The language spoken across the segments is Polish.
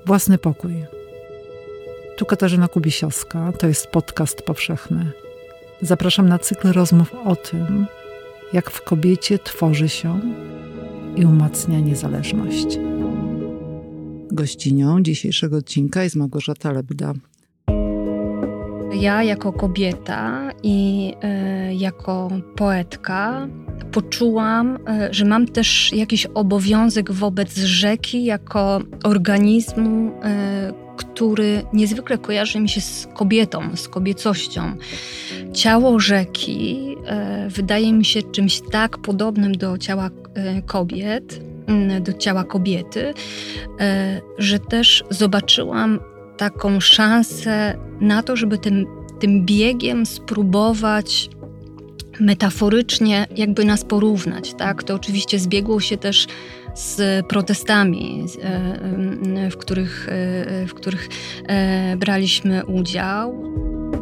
Własny pokój. Tu Katarzyna Kubisiowska, to jest podcast powszechny. Zapraszam na cykl rozmów o tym, jak w kobiecie tworzy się i umacnia niezależność. Gościnią dzisiejszego odcinka jest Małgorzata Lebda. Ja jako kobieta i jako poetka poczułam, że mam też jakiś obowiązek wobec rzeki jako organizmu, który niezwykle kojarzy mi się z kobietą, z kobiecością. Ciało rzeki wydaje mi się czymś tak podobnym do ciała kobiet, do ciała kobiety, że też zobaczyłam taką szansę na to, żeby tym biegiem spróbować metaforycznie jakby nas porównać, tak? To oczywiście zbiegło się też z protestami, w których braliśmy udział.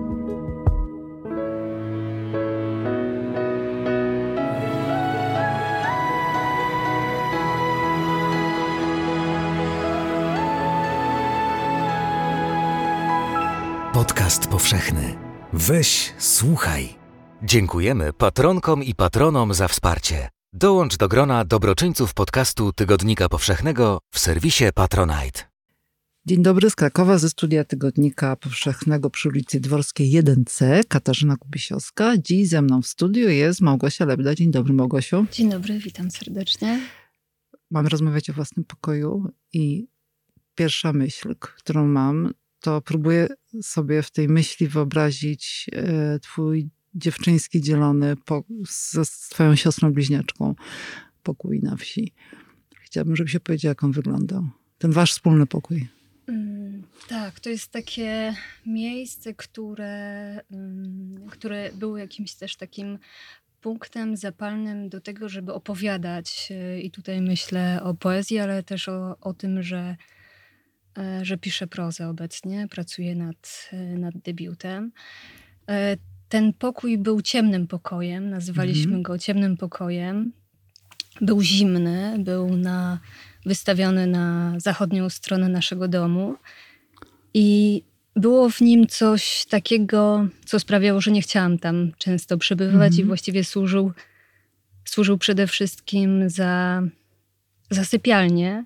Podcast powszechny. Weź, słuchaj. Dziękujemy patronkom i patronom za wsparcie. Dołącz do grona dobroczyńców podcastu Tygodnika Powszechnego w serwisie Patronite. Dzień dobry z Krakowa, ze studia Tygodnika Powszechnego przy ulicy Dworskiej 1C. Katarzyna Kubisiowska. Dziś ze mną w studiu jest Małgosia Lebda. Dzień dobry, Małgosiu. Dzień dobry, witam serdecznie. Mamy rozmawiać o własnym pokoju i pierwsza myśl, którą mam, to próbuję sobie w tej myśli wyobrazić twój dziewczyński dzielony z twoją siostrą bliźniaczką pokój na wsi. Chciałabym, żebyś opowiedziała, jak on wyglądał. Ten wasz wspólny pokój. Tak, to jest takie miejsce, które było jakimś też takim punktem zapalnym do tego, żeby opowiadać. I tutaj myślę o poezji, ale też o tym, że piszę prozę obecnie, pracuję nad debiutem. Ten pokój był ciemnym pokojem, nazywaliśmy go ciemnym pokojem. Był zimny, był wystawiony na zachodnią stronę naszego domu i było w nim coś takiego, co sprawiało, że nie chciałam tam często przebywać i właściwie służył przede wszystkim za sypialnię.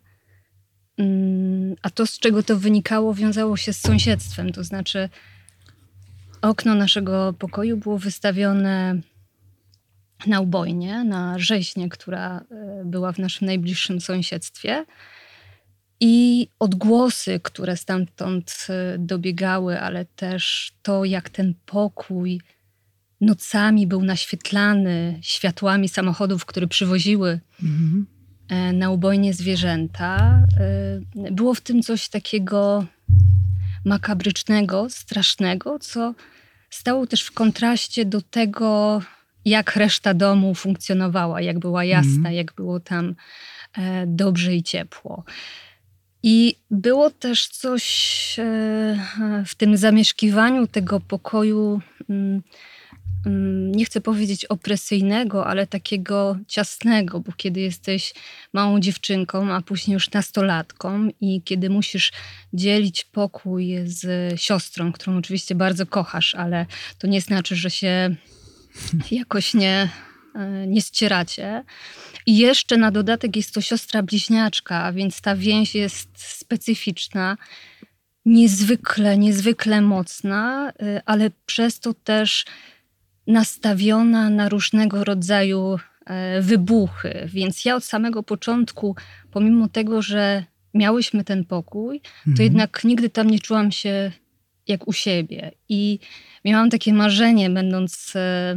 A to, z czego to wynikało, wiązało się z sąsiedztwem. To znaczy okno naszego pokoju było wystawione na ubojnię, na rzeźnię, która była w naszym najbliższym sąsiedztwie. I odgłosy, które stamtąd dobiegały, ale też to, jak ten pokój nocami był naświetlany światłami samochodów, które przywoziły na ubojnie zwierzęta. Było w tym coś takiego makabrycznego, strasznego, co stało też w kontraście do tego, jak reszta domu funkcjonowała, jak była jasna, jak było tam dobrze i ciepło. I było też coś w tym zamieszkiwaniu tego pokoju, nie chcę powiedzieć opresyjnego, ale takiego ciasnego, bo kiedy jesteś małą dziewczynką, a później już nastolatką i kiedy musisz dzielić pokój z siostrą, którą oczywiście bardzo kochasz, ale to nie znaczy, że się jakoś nie ścieracie. I jeszcze na dodatek jest to siostra bliźniaczka, a więc ta więź jest specyficzna, niezwykle mocna, ale przez to też nastawiona na różnego rodzaju wybuchy. Więc ja od samego początku, pomimo tego, że miałyśmy ten pokój, to jednak nigdy tam nie czułam się jak u siebie. I miałam takie marzenie, będąc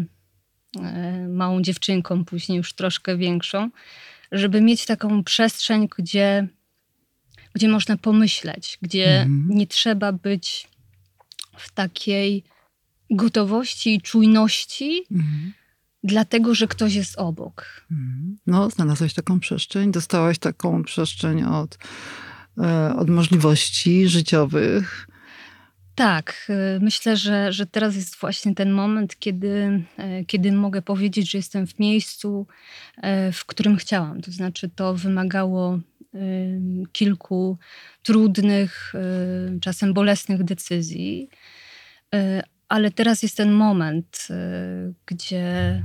małą dziewczynką, później już troszkę większą, żeby mieć taką przestrzeń, gdzie można pomyśleć, gdzie nie trzeba być w takiej gotowości i czujności, dlatego, że ktoś jest obok. No, znalazłaś taką przestrzeń, dostałaś taką przestrzeń od możliwości życiowych. Tak, myślę, że teraz jest właśnie ten moment, kiedy mogę powiedzieć, że jestem w miejscu, w którym chciałam. To znaczy, to wymagało kilku trudnych, czasem bolesnych decyzji. Ale teraz jest ten moment, gdzie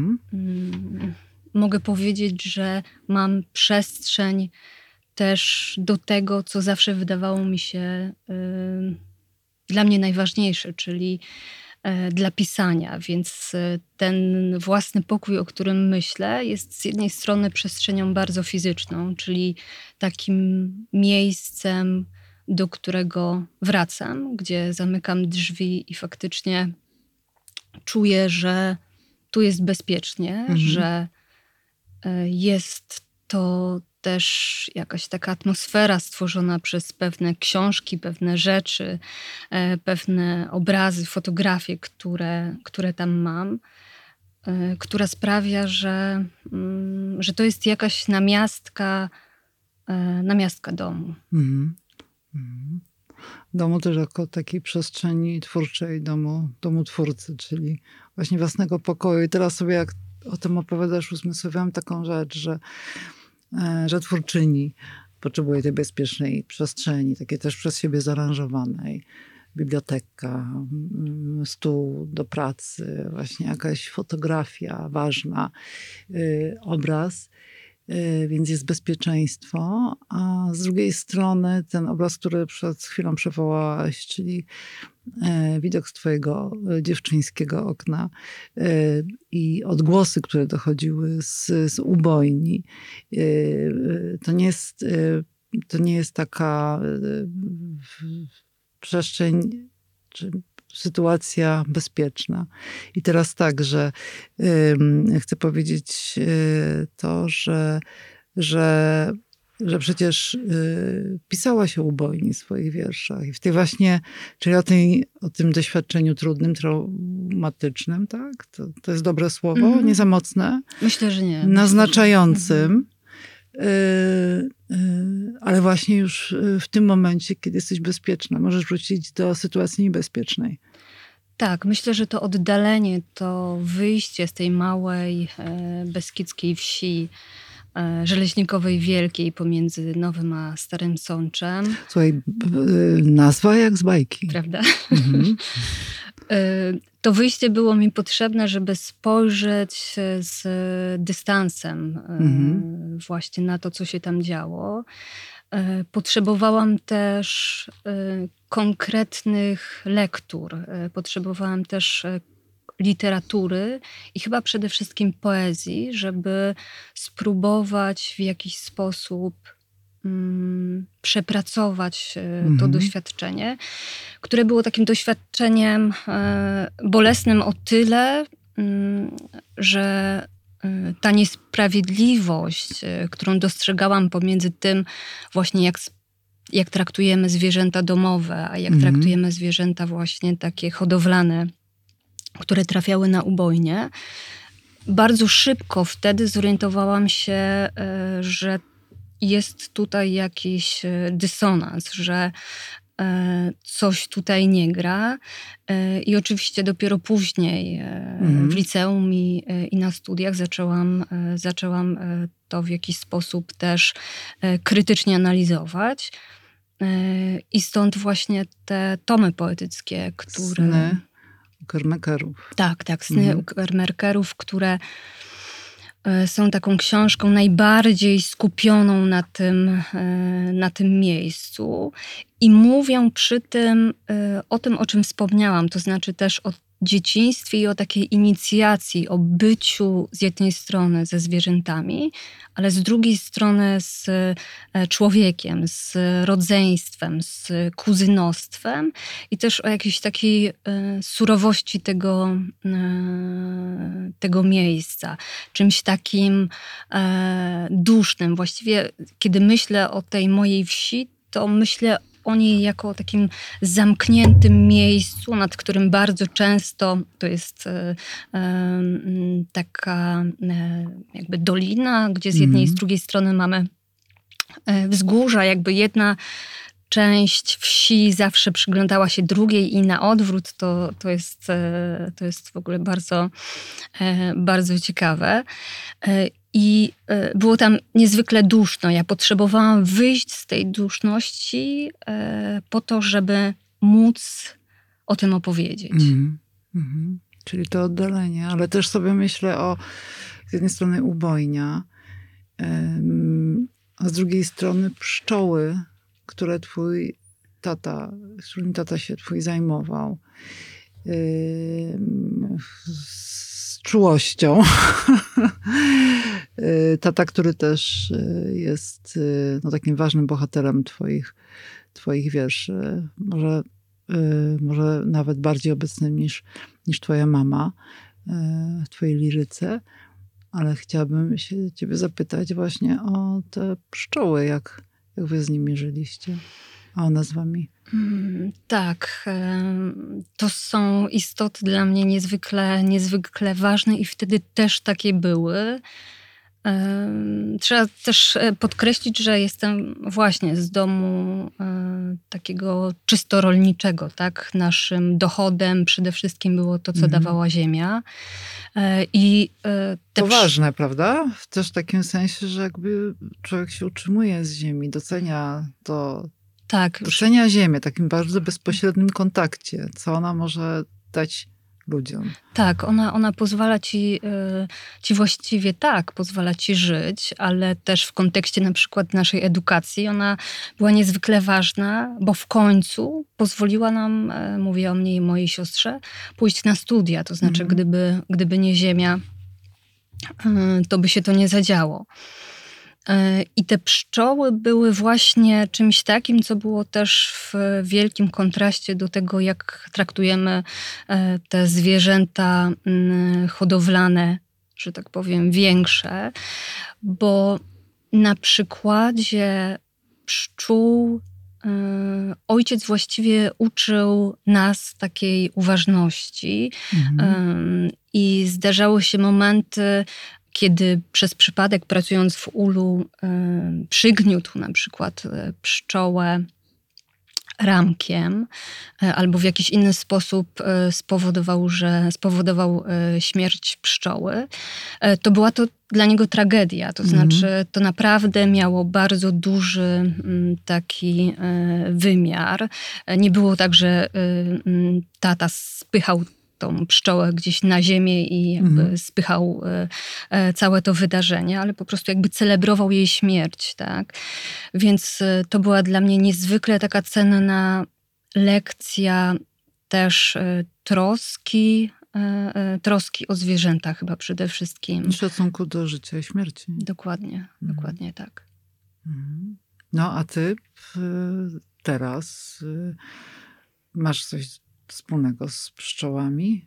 mogę powiedzieć, że mam przestrzeń też do tego, co zawsze wydawało mi się dla mnie najważniejsze, czyli dla pisania. Więc ten własny pokój, o którym myślę, jest z jednej strony przestrzenią bardzo fizyczną, czyli takim miejscem, do którego wracam, gdzie zamykam drzwi i faktycznie czuję, że tu jest bezpiecznie, że jest to też jakaś taka atmosfera stworzona przez pewne książki, pewne rzeczy, pewne obrazy, fotografie, które tam mam, która sprawia, że to jest jakaś namiastka domu. Domu też jako takiej przestrzeni twórczej, domu twórcy, czyli właśnie własnego pokoju. I teraz sobie jak o tym opowiadasz, uzmysłowiłam taką rzecz, że twórczyni potrzebuje tej bezpiecznej przestrzeni, takiej też przez siebie zaaranżowanej. Biblioteka, stół do pracy, właśnie jakaś fotografia ważna, obraz. Więc jest bezpieczeństwo, a z drugiej strony ten obraz, który przed chwilą przywołałaś, czyli widok z twojego dziewczyńskiego okna i odgłosy, które dochodziły z ubojni. To nie jest taka przestrzeń czy sytuacja bezpieczna. I teraz tak, że chcę powiedzieć to, że przecież pisała się ubojni w swoich wierszach. I w tej właśnie, czyli o tym doświadczeniu trudnym, traumatycznym, tak? To jest dobre słowo, nie za mocne. Myślę, że nie. Naznaczającym. Ale właśnie już w tym momencie, kiedy jesteś bezpieczna, możesz wrócić do sytuacji niebezpiecznej. Tak, myślę, że to oddalenie, to wyjście z tej małej beskidzkiej wsi, Żeleźnikowej Wielkiej pomiędzy Nowym a Starym Sączem. Słuchaj, nazwa jak z bajki. Prawda? To wyjście było mi potrzebne, żeby spojrzeć z dystansem właśnie na to, co się tam działo. Potrzebowałam też konkretnych lektur. Potrzebowałam też literatury i chyba przede wszystkim poezji, żeby spróbować w jakiś sposób przepracować to doświadczenie, które było takim doświadczeniem bolesnym o tyle, że ta niesprawiedliwość, którą dostrzegałam pomiędzy tym właśnie jak traktujemy zwierzęta domowe, a jak traktujemy zwierzęta właśnie takie hodowlane, które trafiały na ubojnie. Bardzo szybko wtedy zorientowałam się, że jest tutaj jakiś dysonans, że coś tutaj nie gra. I oczywiście dopiero później w liceum i na studiach zaczęłam to w jakiś sposób też krytycznie analizować. I stąd właśnie te tomy poetyckie, które... Sny Ukermakerów. Tak, Sny Ukermakerów, które są taką książką najbardziej skupioną na tym miejscu i mówią przy tym o tym, o czym wspomniałam, to znaczy też o dzieciństwie i o takiej inicjacji, o byciu z jednej strony ze zwierzętami, ale z drugiej strony z człowiekiem, z rodzeństwem, z kuzynostwem i też o jakiejś takiej surowości tego miejsca. Czymś takim dusznym. Właściwie, kiedy myślę o tej mojej wsi, to myślę o niej jako o takim zamkniętym miejscu, nad którym bardzo często to jest taka jakby dolina, gdzie z jednej i z drugiej strony mamy wzgórza, jakby jedna część wsi zawsze przyglądała się drugiej i na odwrót. To jest w ogóle bardzo, bardzo ciekawe. I było tam niezwykle duszno. Ja potrzebowałam wyjść z tej duszności po to, żeby móc o tym opowiedzieć. Czyli to oddalenie, ale też sobie myślę o z jednej strony ubojnia, a z drugiej strony pszczoły, którymi tata się twój zajmował. Z czułością. Tata, który też jest takim ważnym bohaterem twoich wierszy. Może nawet bardziej obecnym niż twoja mama w twojej liryce. Ale chciałabym się ciebie zapytać właśnie o te pszczoły. Jak wy z nimi żyliście? A one z wami? Tak. To są istoty dla mnie niezwykle ważne i wtedy też takie były. Trzeba też podkreślić, że jestem właśnie z domu takiego czysto rolniczego, tak? Naszym dochodem przede wszystkim było to, co dawała ziemia. To ważne, prawda? Też w takim sensie, że jakby człowiek się utrzymuje z ziemi, docenia to. Tak. Docenia ziemię w takim bardzo bezpośrednim kontakcie, co ona może dać ludziom. Tak, ona pozwala ci właściwie pozwala ci żyć, ale też w kontekście na przykład naszej edukacji ona była niezwykle ważna, bo w końcu pozwoliła nam, mówię o mnie i mojej siostrze, pójść na studia. To znaczy, gdyby nie ziemia, to by się to nie zadziało. I te pszczoły były właśnie czymś takim, co było też w wielkim kontraście do tego, jak traktujemy te zwierzęta hodowlane, że tak powiem, większe. Bo na przykładzie pszczół ojciec właściwie uczył nas takiej uważności. I zdarzały się momenty, kiedy przez przypadek pracując w ulu przygniótł na przykład pszczołę ramkiem albo w jakiś inny sposób spowodował śmierć pszczoły, to była to dla niego tragedia. To znaczy, to naprawdę miało bardzo duży taki wymiar. Nie było tak, że tata spychał tą pszczołę gdzieś na ziemię i jakby spychał całe to wydarzenie, ale po prostu jakby celebrował jej śmierć, tak? Więc to była dla mnie niezwykle taka cenna lekcja też troski o zwierzęta chyba przede wszystkim. I szacunku do życia i śmierci. Dokładnie tak. No a ty teraz masz coś wspólnego z pszczołami?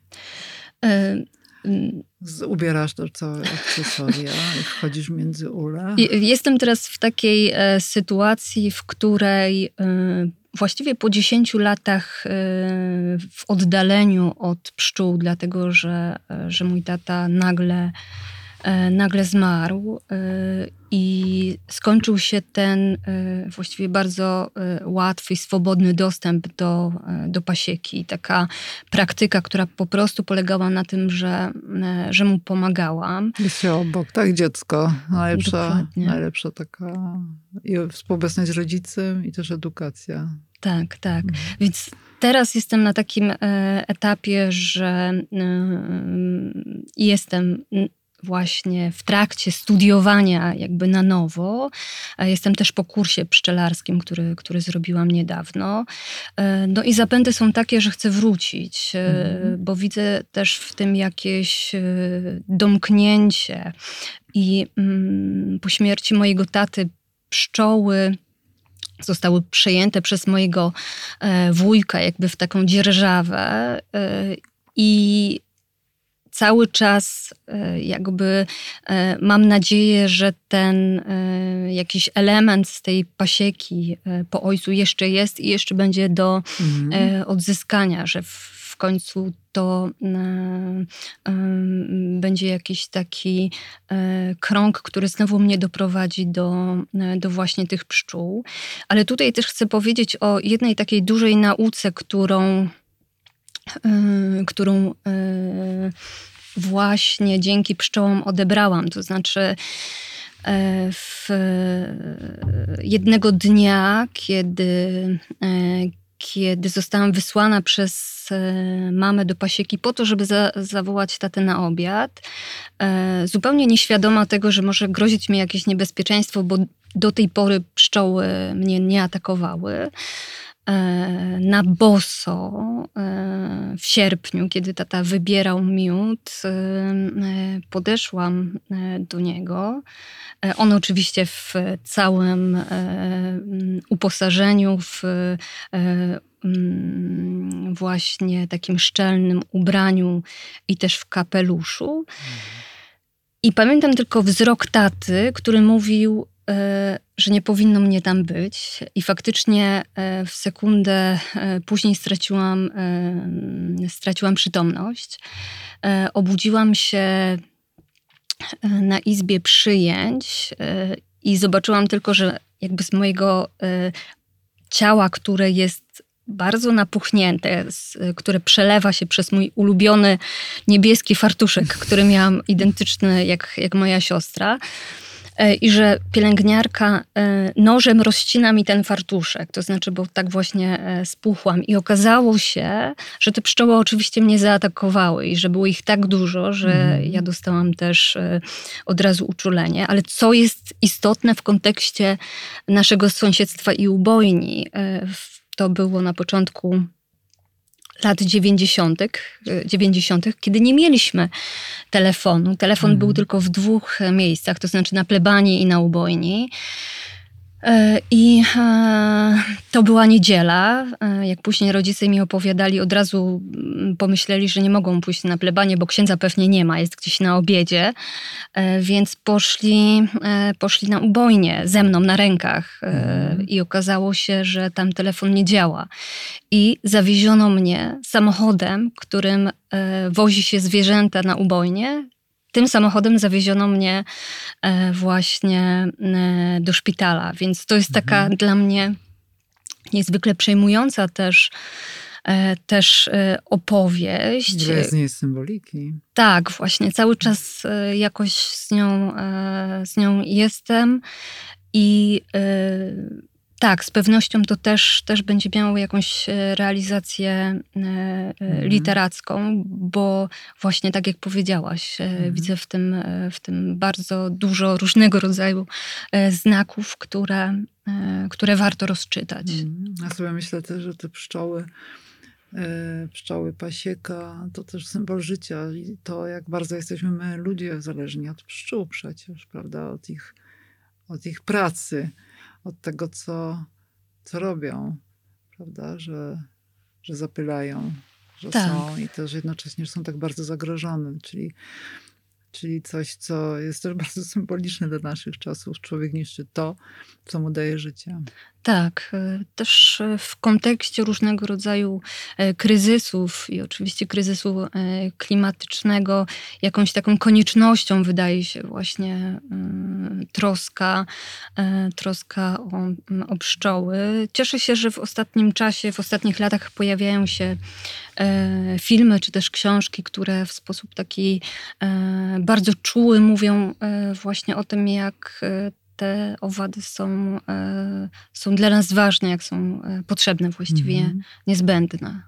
Ubierasz to całe akcesoria i wchodzisz między ule? Jestem teraz w takiej sytuacji, w której właściwie po 10 latach w oddaleniu od pszczół, dlatego że mój tata nagle zmarł i skończył się ten właściwie bardzo łatwy i swobodny dostęp do pasieki. Taka praktyka, która po prostu polegała na tym, że mu pomagałam. Jest się obok, tak? Dziecko. Najlepsza taka i współobecność z rodzicem i też edukacja. Tak. Więc teraz jestem na takim etapie, że jestem właśnie w trakcie studiowania jakby na nowo. Jestem też po kursie pszczelarskim, który zrobiłam niedawno. No i zapędy są takie, że chcę wrócić, bo widzę też w tym jakieś domknięcie. I po śmierci mojego taty pszczoły zostały przejęte przez mojego wujka jakby w taką dzierżawę i cały czas jakby mam nadzieję, że ten jakiś element z tej pasieki po ojcu jeszcze jest i jeszcze będzie do odzyskania, że w końcu to będzie jakiś taki krąg, który znowu mnie doprowadzi do właśnie tych pszczół. Ale tutaj też chcę powiedzieć o jednej takiej dużej nauce, którą właśnie dzięki pszczołom odebrałam. To znaczy jednego dnia, kiedy zostałam wysłana przez mamę do pasieki po to, żeby zawołać tatę na obiad, zupełnie nieświadoma tego, że może grozić mi jakieś niebezpieczeństwo, bo do tej pory pszczoły mnie nie atakowały. Na boso w sierpniu, kiedy tata wybierał miód, podeszłam do niego. On oczywiście w całym uposażeniu, w właśnie takim szczelnym ubraniu i też w kapeluszu. I pamiętam tylko wzrok taty, który mówił, że nie powinno mnie tam być. I faktycznie w sekundę później straciłam przytomność. Obudziłam się na izbie przyjęć i zobaczyłam tylko, że jakby z mojego ciała, które jest bardzo napuchnięte, które przelewa się przez mój ulubiony niebieski fartuszek, który miałam identyczny jak moja siostra, i że pielęgniarka nożem rozcina mi ten fartuszek, to znaczy, bo tak właśnie spuchłam. I okazało się, że te pszczoły oczywiście mnie zaatakowały i że było ich tak dużo, że ja dostałam też od razu uczulenie. Ale co jest istotne w kontekście naszego sąsiedztwa i ubojni, to było na początku lat 90., kiedy nie mieliśmy telefonu. Telefon był tylko w 2 miejscach, to znaczy na plebanii i na ubojni. I to była niedziela. Jak później rodzice mi opowiadali, od razu pomyśleli, że nie mogą pójść na plebanię, bo księdza pewnie nie ma, jest gdzieś na obiedzie. Więc poszli na ubojnię ze mną na rękach. I okazało się, że tam telefon nie działa. I zawieziono mnie samochodem, którym wozi się zwierzęta na ubojnię. Tym samochodem zawieziono mnie właśnie do szpitala, więc to jest taka dla mnie niezwykle przejmująca też opowieść. Ile z niej symboliki. Tak, właśnie. Cały czas jakoś z nią jestem i tak, z pewnością to też będzie miało jakąś realizację literacką, bo właśnie tak jak powiedziałaś, widzę w tym bardzo dużo różnego rodzaju znaków, które warto rozczytać. Ja sobie myślę też, że te pszczoły, pasieka, to też symbol życia i to, jak bardzo jesteśmy my, ludzie, zależni od pszczół przecież, prawda, od ich pracy, od tego, co robią, prawda, że zapylają, że Tak. są i też jednocześnie są tak bardzo zagrożone, czyli coś, co jest też bardzo symboliczne dla naszych czasów. Człowiek niszczy to, co mu daje życie. Tak, też w kontekście różnego rodzaju kryzysów i oczywiście kryzysu klimatycznego, jakąś taką koniecznością wydaje się właśnie troska o pszczoły. Cieszę się, że w ostatnim czasie, w ostatnich latach pojawiają się filmy czy też książki, które w sposób taki bardzo czuły mówią właśnie o tym, jak te owady są dla nas ważne, jak są potrzebne, właściwie niezbędne.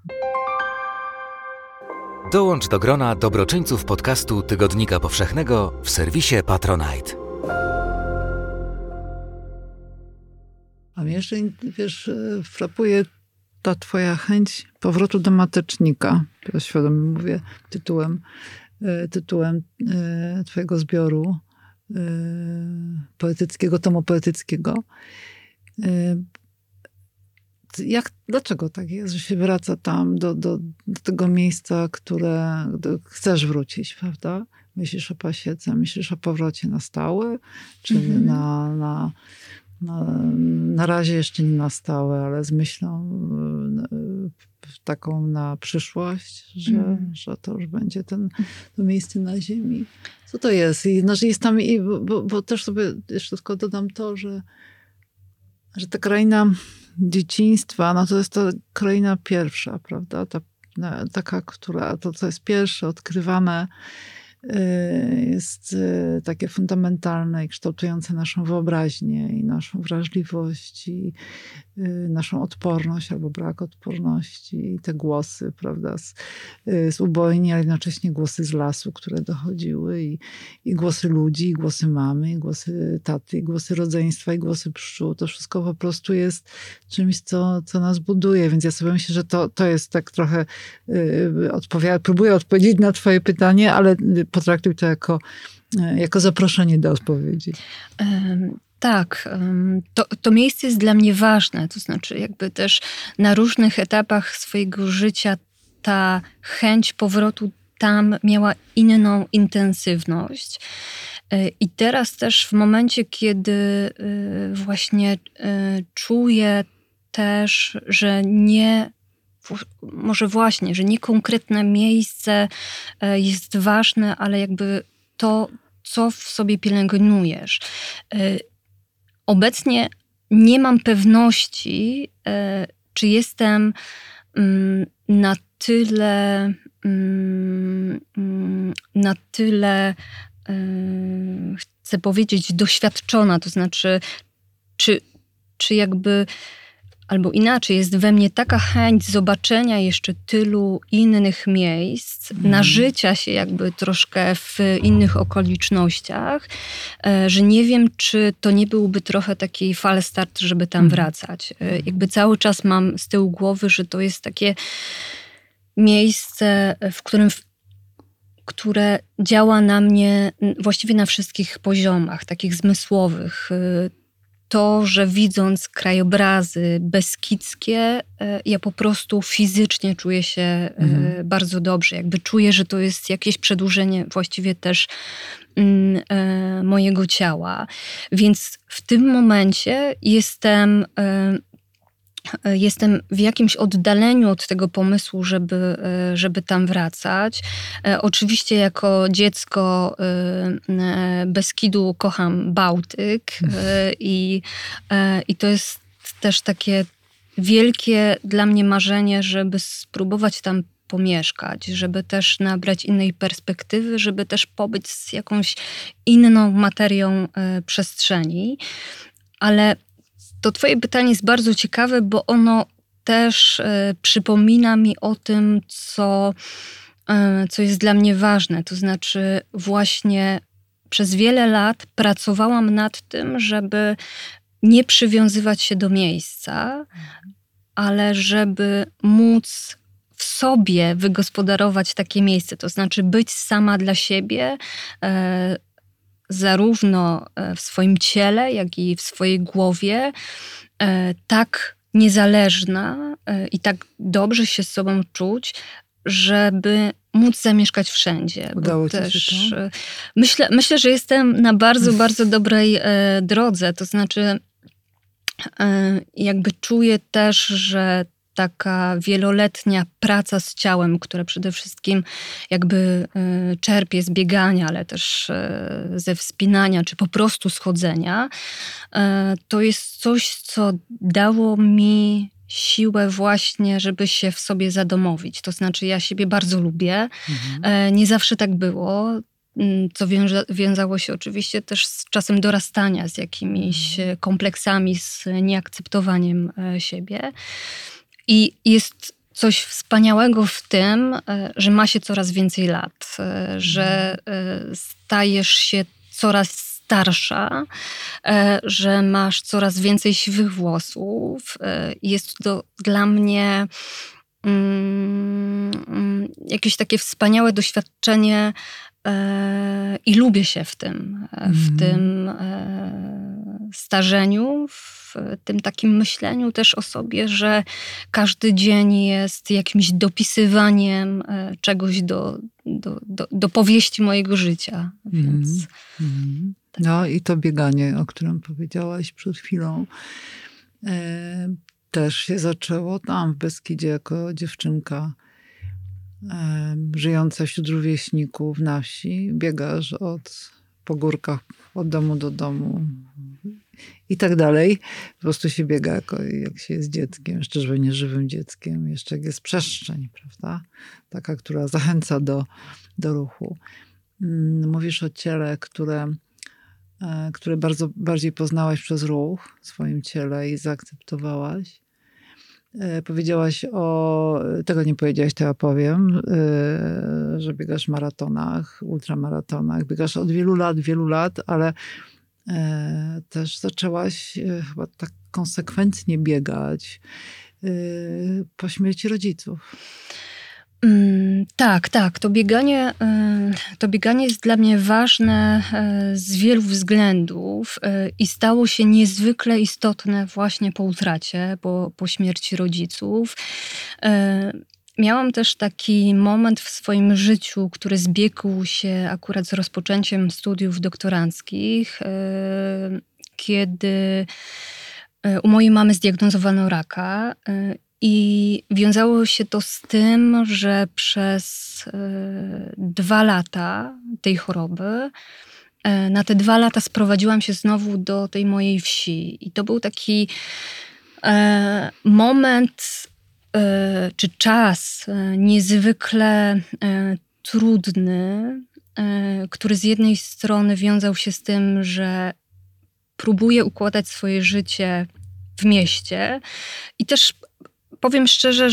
Dołącz do grona dobroczyńców podcastu Tygodnika Powszechnego w serwisie Patronite. A mnie jeszcze, wiesz, frapuje ta twoja chęć powrotu do matecznika. Ja świadomie mówię tytułem twojego zbioru poetyckiego, tomu poetyckiego. Dlaczego tak jest, że się wraca tam do tego miejsca, które chcesz wrócić, prawda? Myślisz o pasiece, myślisz o powrocie na stałe, czy na razie jeszcze nie na stałe, ale z myślą taką na przyszłość, że to już będzie to miejsce na ziemi. Co to jest? Że jest tam, bo też sobie jeszcze tylko dodam to, że ta kraina dzieciństwa, no to jest ta kraina pierwsza, prawda? taka, która to, co jest pierwsze, odkrywane, jest takie fundamentalne i kształtujące naszą wyobraźnię i naszą wrażliwość i naszą odporność albo brak odporności i te głosy, prawda, z ubojni, ale jednocześnie głosy z lasu, które dochodziły i głosy ludzi, i głosy mamy, i głosy taty, i głosy rodzeństwa, i głosy pszczół. To wszystko po prostu jest czymś, co nas buduje, więc ja sobie myślę, że to jest tak trochę próbuję odpowiedzieć na twoje pytanie, ale potraktuj to jako zaproszenie do odpowiedzi. Tak, to miejsce jest dla mnie ważne, to znaczy jakby też na różnych etapach swojego życia ta chęć powrotu tam miała inną intensywność. I teraz też w momencie, kiedy właśnie czuję też, że że nie konkretne miejsce jest ważne, ale jakby to, co w sobie pielęgnujesz. Obecnie nie mam pewności, czy jestem na tyle chcę powiedzieć doświadczona, to znaczy czy jakby albo inaczej, jest we mnie taka chęć zobaczenia jeszcze tylu innych miejsc, nażycia się jakby troszkę w innych okolicznościach, że nie wiem, czy to nie byłby trochę taki falstart, żeby tam wracać. Jakby cały czas mam z tyłu głowy, że to jest takie miejsce, które działa na mnie właściwie na wszystkich poziomach, takich zmysłowych. To, że widząc krajobrazy beskidzkie, ja po prostu fizycznie czuję się bardzo dobrze. Jakby czuję, że to jest jakieś przedłużenie właściwie też mojego ciała. Więc w tym momencie jestem w jakimś oddaleniu od tego pomysłu, żeby tam wracać. Oczywiście jako dziecko Beskidu kocham Bałtyk i to jest też takie wielkie dla mnie marzenie, żeby spróbować tam pomieszkać, żeby też nabrać innej perspektywy, żeby też pobyć z jakąś inną materią przestrzeni. Ale to twoje pytanie jest bardzo ciekawe, bo ono też przypomina mi o tym, co jest dla mnie ważne. To znaczy właśnie przez wiele lat pracowałam nad tym, żeby nie przywiązywać się do miejsca, ale żeby móc w sobie wygospodarować takie miejsce. To znaczy być sama dla siebie, zarówno w swoim ciele, jak i w swojej głowie, tak niezależna i tak dobrze się z sobą czuć, żeby móc zamieszkać wszędzie. Udało ci się to? Myślę, że jestem na bardzo, bardzo dobrej drodze. To znaczy jakby czuję też, że taka wieloletnia praca z ciałem, która przede wszystkim jakby czerpie z biegania, ale też ze wspinania, czy po prostu schodzenia, to jest coś, co dało mi siłę właśnie, żeby się w sobie zadomowić. To znaczy ja siebie bardzo lubię. Nie zawsze tak było, co wiązało się oczywiście też z czasem dorastania, z jakimiś kompleksami, z nieakceptowaniem siebie. I jest coś wspaniałego w tym, że ma się coraz więcej lat, że stajesz się coraz starsza, że masz coraz więcej siwych włosów. Jest to dla mnie jakieś takie wspaniałe doświadczenie i lubię się w tym starzeniu, w tym takim myśleniu też o sobie, że każdy dzień jest jakimś dopisywaniem czegoś do powieści mojego życia. Więc tak. No i to bieganie, o którym powiedziałaś przed chwilą, też się zaczęło tam w Beskidzie jako dziewczynka żyjąca wśród rówieśników na wsi. Biegasz po górkach od domu do domu. i tak dalej. Po prostu się biega, jak się jest dzieckiem, jeszcze żeby nieżywym dzieckiem, jeszcze jak jest przestrzeń, prawda? Taka, która zachęca do ruchu. Mówisz o ciele, które bardziej poznałaś przez ruch w swoim ciele i zaakceptowałaś. Powiedziałaś tego nie powiedziałaś, to ja powiem, że biegasz w maratonach, ultramaratonach. Biegasz od wielu lat, ale też zaczęłaś chyba tak konsekwentnie biegać po śmierci rodziców. Tak. To bieganie jest dla mnie ważne z wielu względów i stało się niezwykle istotne właśnie po utracie, po śmierci rodziców. Miałam też taki moment w swoim życiu, który zbiegł się akurat z rozpoczęciem studiów doktoranckich, kiedy u mojej mamy zdiagnozowano raka. I wiązało się to z tym, że przez 2 lata tej choroby, na te 2 lata sprowadziłam się znowu do tej mojej wsi. I to był taki moment czy czas niezwykle trudny, który z jednej strony wiązał się z tym, że próbuję układać swoje życie w mieście i też powiem szczerze,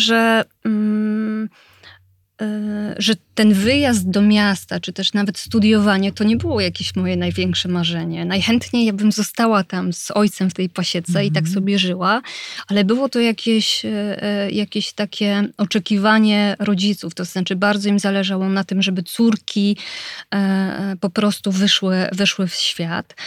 że ten wyjazd do miasta, czy też nawet studiowanie, to nie było jakieś moje największe marzenie. Najchętniej ja bym została tam z ojcem w tej pasiece i tak sobie żyła, ale było to jakieś takie oczekiwanie rodziców. To znaczy bardzo im zależało na tym, żeby córki po prostu wyszły w świat.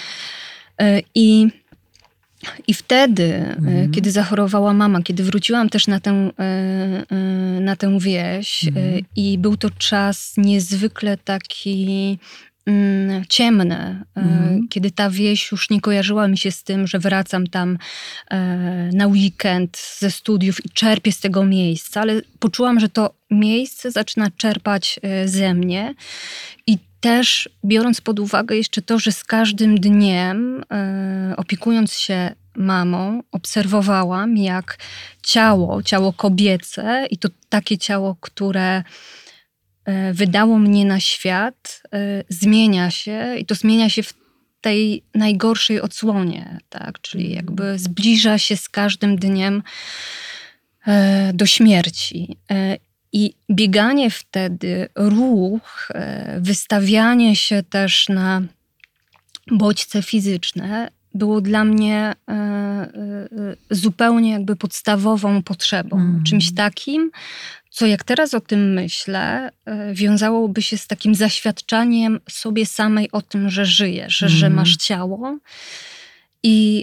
I wtedy, kiedy zachorowała mama, kiedy wróciłam też na tę wieś i był to czas niezwykle taki ciemny, kiedy ta wieś już nie kojarzyła mi się z tym, że wracam tam na weekend ze studiów i czerpię z tego miejsca, ale poczułam, że to miejsce zaczyna czerpać ze mnie i też biorąc pod uwagę jeszcze to, że z każdym dniem opiekując się mamą, obserwowałam jak ciało kobiece i to takie ciało, które wydało mnie na świat, zmienia się i to zmienia się w tej najgorszej odsłonie, tak? Czyli jakby zbliża się z każdym dniem do śmierci. I bieganie wtedy, ruch, wystawianie się też na bodźce fizyczne było dla mnie zupełnie jakby podstawową potrzebą. Czymś takim, co jak teraz o tym myślę, wiązałoby się z takim zaświadczaniem sobie samej o tym, że żyjesz, że masz ciało i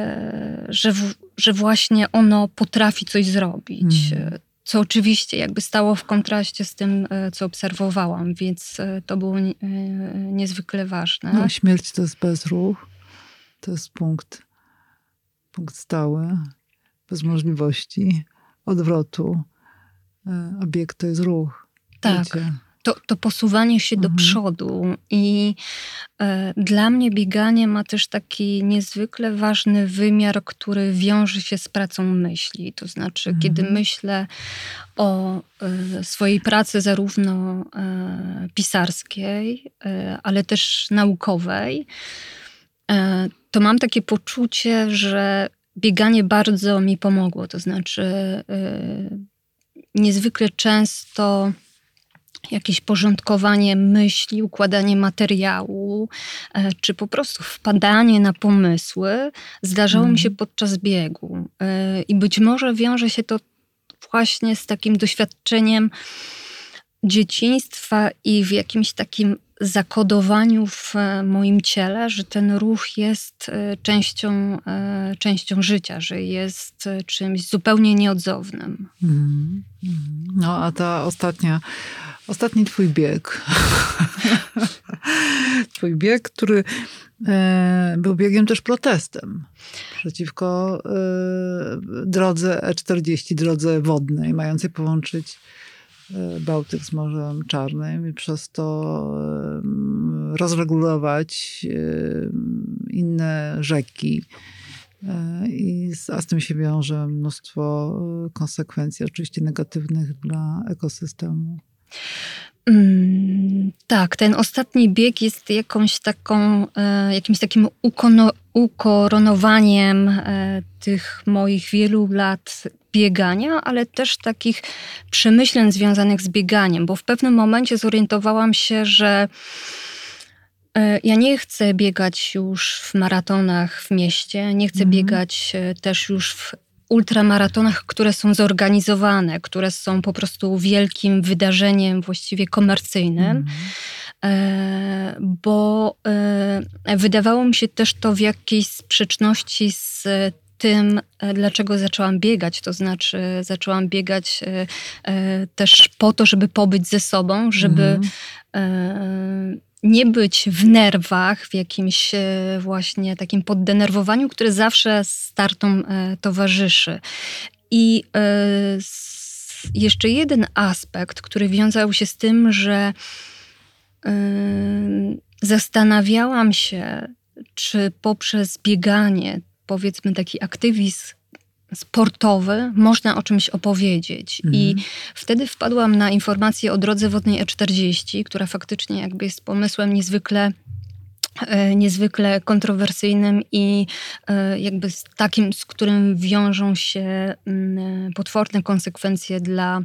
że właśnie ono potrafi coś zrobić. Co oczywiście jakby stało w kontraście z tym, co obserwowałam, więc to było niezwykle ważne. No, śmierć to jest bezruch, to jest punkt stały, bez możliwości odwrotu, a bieg to jest ruch. Tak. Wiecie? To posuwanie się do przodu i dla mnie bieganie ma też taki niezwykle ważny wymiar, który wiąże się z pracą myśli. To znaczy, kiedy myślę o swojej pracy zarówno pisarskiej, ale też naukowej, to mam takie poczucie, że bieganie bardzo mi pomogło. To znaczy niezwykle często jakieś porządkowanie myśli, układanie materiału, czy po prostu wpadanie na pomysły zdarzało mi się podczas biegu. I być może wiąże się to właśnie z takim doświadczeniem dzieciństwa i w jakimś takim zakodowaniu w moim ciele, że ten ruch jest częścią życia, że jest czymś zupełnie nieodzownym. No a ta ostatni twój bieg. Twój bieg, który był biegiem też protestem przeciwko drodze E40, drodze wodnej, mającej połączyć Bałtyk z Morzem Czarnym i przez to rozregulować inne rzeki. A z tym się wiąże mnóstwo konsekwencji, oczywiście negatywnych dla ekosystemu. Tak, ten ostatni bieg jest jakimś takim ukoronowaniem tych moich wielu lat biegania, ale też takich przemyśleń związanych z bieganiem, bo w pewnym momencie zorientowałam się, że ja nie chcę biegać już w maratonach w mieście, nie chcę biegać też już w ultramaratonach, które są zorganizowane, które są po prostu wielkim wydarzeniem właściwie komercyjnym, bo wydawało mi się też to w jakiejś sprzeczności z tym, dlaczego zaczęłam biegać. To znaczy zaczęłam biegać też po to, żeby pobyć ze sobą, żeby nie być w nerwach, w jakimś właśnie takim poddenerwowaniu, które zawsze startom towarzyszy. I jeszcze jeden aspekt, który wiązał się z tym, że zastanawiałam się, czy poprzez bieganie, powiedzmy taki aktywizm sportowy, można o czymś opowiedzieć. I wtedy wpadłam na informację o drodze wodnej E40, która faktycznie jakby jest pomysłem niezwykle kontrowersyjnym i jakby z takim, z którym wiążą się potworne konsekwencje dla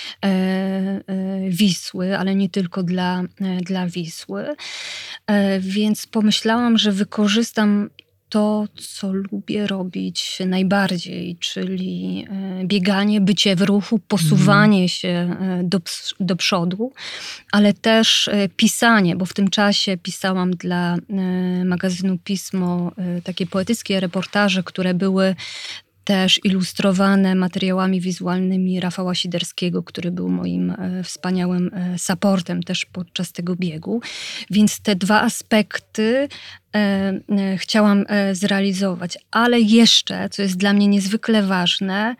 Wisły, ale nie tylko dla Wisły. Więc pomyślałam, że wykorzystam to, co lubię robić najbardziej, czyli bieganie, bycie w ruchu, posuwanie się do przodu, ale też pisanie, bo w tym czasie pisałam dla magazynu Pismo takie poetyckie reportaże, które były też ilustrowane materiałami wizualnymi Rafała Siderskiego, który był moim wspaniałym supportem też podczas tego biegu. Więc te dwa aspekty chciałam zrealizować. Ale jeszcze, co jest dla mnie niezwykle ważne,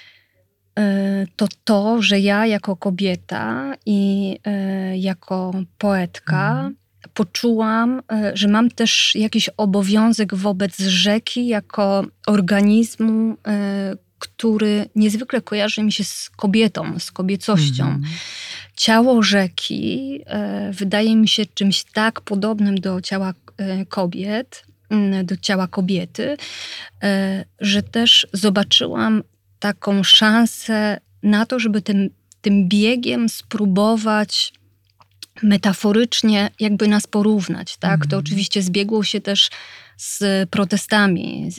to, że ja jako kobieta i jako poetka poczułam, że mam też jakiś obowiązek wobec rzeki jako organizmu, który niezwykle kojarzy mi się z kobietą, z kobiecością. Ciało rzeki wydaje mi się czymś tak podobnym do ciała kobiet, do ciała kobiety, że też zobaczyłam taką szansę na to, żeby tym biegiem spróbować metaforycznie jakby nas porównać, tak? To oczywiście zbiegło się też z protestami,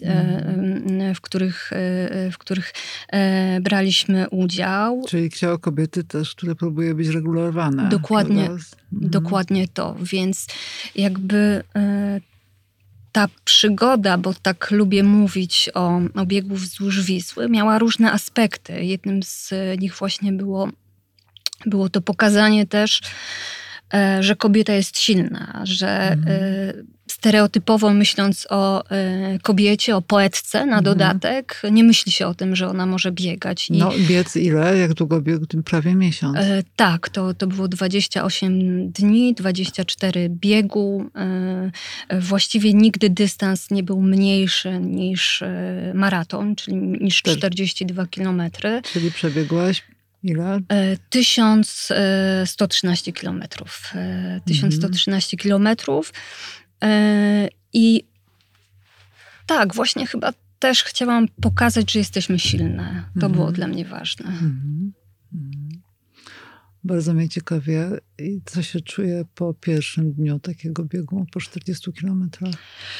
w których braliśmy udział. Czyli ciało kobiety też, które próbuje być regulowane. Dokładnie to. Więc jakby ta przygoda, bo tak lubię mówić o biegu wzdłuż Wisły, miała różne aspekty. Jednym z nich właśnie było to pokazanie też, że kobieta jest silna, że stereotypowo myśląc o kobiecie, o poetce na dodatek, nie myśli się o tym, że ona może biegać. Biec ile? Jak długo biegł? Prawie miesiąc. Tak, to było 28 dni, 24 biegu. Właściwie nigdy dystans nie był mniejszy niż maraton, czyli niż 42 kilometry. Czyli przebiegłaś ile? 1113 kilometrów. 1113 kilometrów. I tak, właśnie chyba też chciałam pokazać, że jesteśmy silne. To było dla mnie ważne. Bardzo mnie ciekawie, co się czuje po pierwszym dniu takiego biegu, po 40 kilometrach.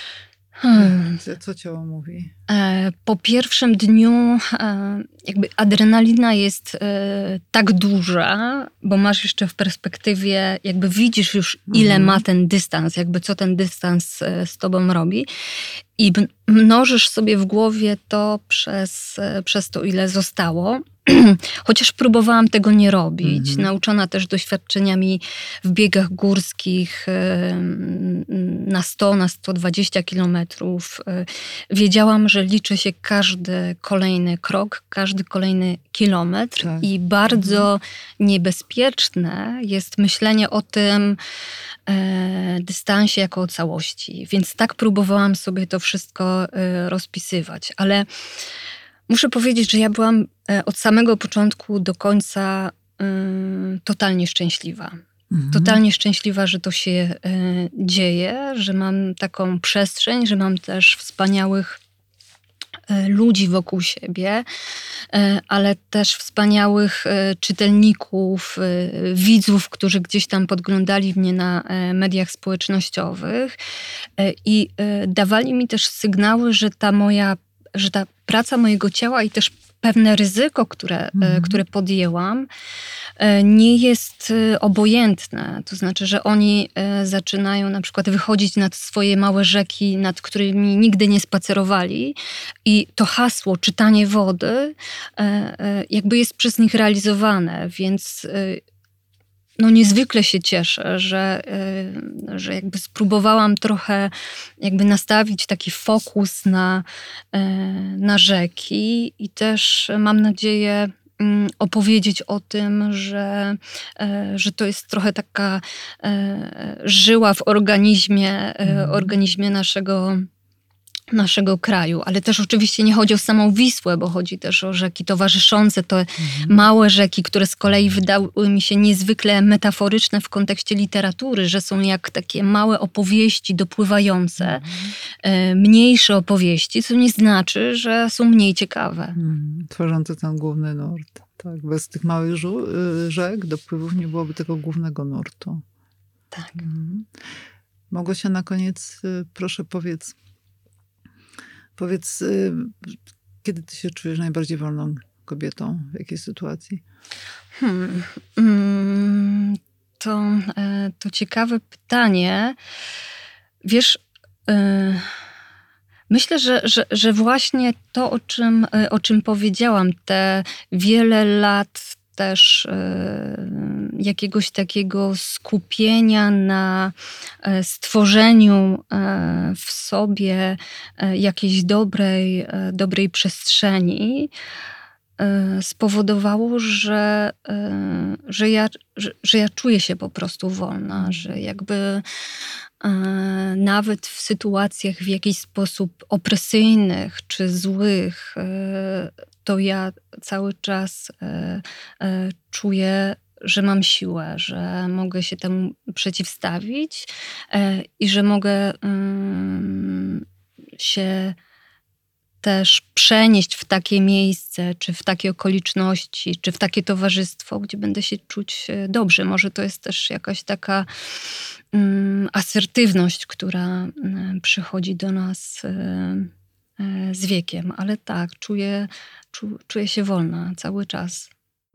Co ciało mówi? Po pierwszym dniu jakby adrenalina jest tak duża, bo masz jeszcze w perspektywie, jakby widzisz już ile ma ten dystans, jakby co ten dystans z tobą robi i mnożysz sobie w głowie to przez to, ile zostało. chociaż próbowałam tego nie robić, nauczona też doświadczeniami w biegach górskich na 100, na 120 kilometrów. Wiedziałam, że liczy się każdy kolejny krok, każdy kolejny kilometr i bardzo niebezpieczne jest myślenie o tym dystansie jako o całości. Więc tak próbowałam sobie to wszystko rozpisywać. Ale muszę powiedzieć, że ja byłam od samego początku do końca totalnie szczęśliwa. Totalnie szczęśliwa, że to się dzieje, że mam taką przestrzeń, że mam też wspaniałych ludzi wokół siebie, ale też wspaniałych czytelników, widzów, którzy gdzieś tam podglądali mnie na mediach społecznościowych i dawali mi też sygnały, że ta praca mojego ciała i też pewne ryzyko, które podjęłam, nie jest obojętne. To znaczy, że oni zaczynają na przykład wychodzić nad swoje małe rzeki, nad którymi nigdy nie spacerowali i to hasło czytanie wody jakby jest przez nich realizowane, więc niezwykle się cieszę, że jakby spróbowałam trochę jakby nastawić taki fokus na rzeki i też mam nadzieję opowiedzieć o tym, że to jest trochę taka żyła w organizmie naszego kraju. Ale też oczywiście nie chodzi o samą Wisłę, bo chodzi też o rzeki towarzyszące, te małe rzeki, które z kolei wydały mi się niezwykle metaforyczne w kontekście literatury, że są jak takie małe opowieści dopływające, mniejsze opowieści, co nie znaczy, że są mniej ciekawe. Tworzące ten główny nurt. Tak, bez tych małych rzek, dopływów nie byłoby tego głównego nurtu. Tak. Małgosia, na koniec proszę powiedz, kiedy ty się czujesz najbardziej wolną kobietą? W jakiej sytuacji? To ciekawe pytanie. Wiesz, myślę, że właśnie to, o czym powiedziałam, te wiele lat też jakiegoś takiego skupienia na stworzeniu w sobie jakiejś dobrej przestrzeni spowodowało, że ja czuję się po prostu wolna, że jakby nawet w sytuacjach w jakiś sposób opresyjnych czy złych, to ja cały czas czuję, że mam siłę, że mogę się temu przeciwstawić i że mogę się też przenieść w takie miejsce, czy w takie okoliczności, czy w takie towarzystwo, gdzie będę się czuć dobrze. Może to jest też jakaś taka asertywność, która przychodzi do nas z wiekiem. Ale tak, czuję się wolna cały czas.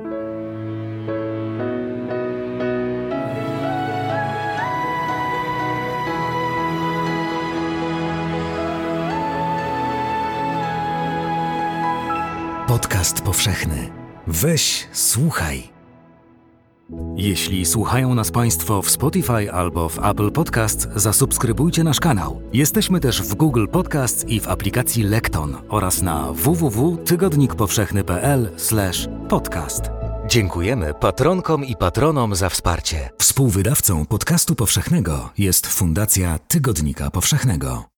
Podcast powszechny. Weź, słuchaj. Jeśli słuchają nas Państwo w Spotify albo w Apple Podcast, zasubskrybujcie nasz kanał. Jesteśmy też w Google Podcast i w aplikacji Lekton oraz na www.tygodnikpowszechny.pl/podcast. Dziękujemy patronkom i patronom za wsparcie. Współwydawcą podcastu powszechnego jest Fundacja Tygodnika Powszechnego.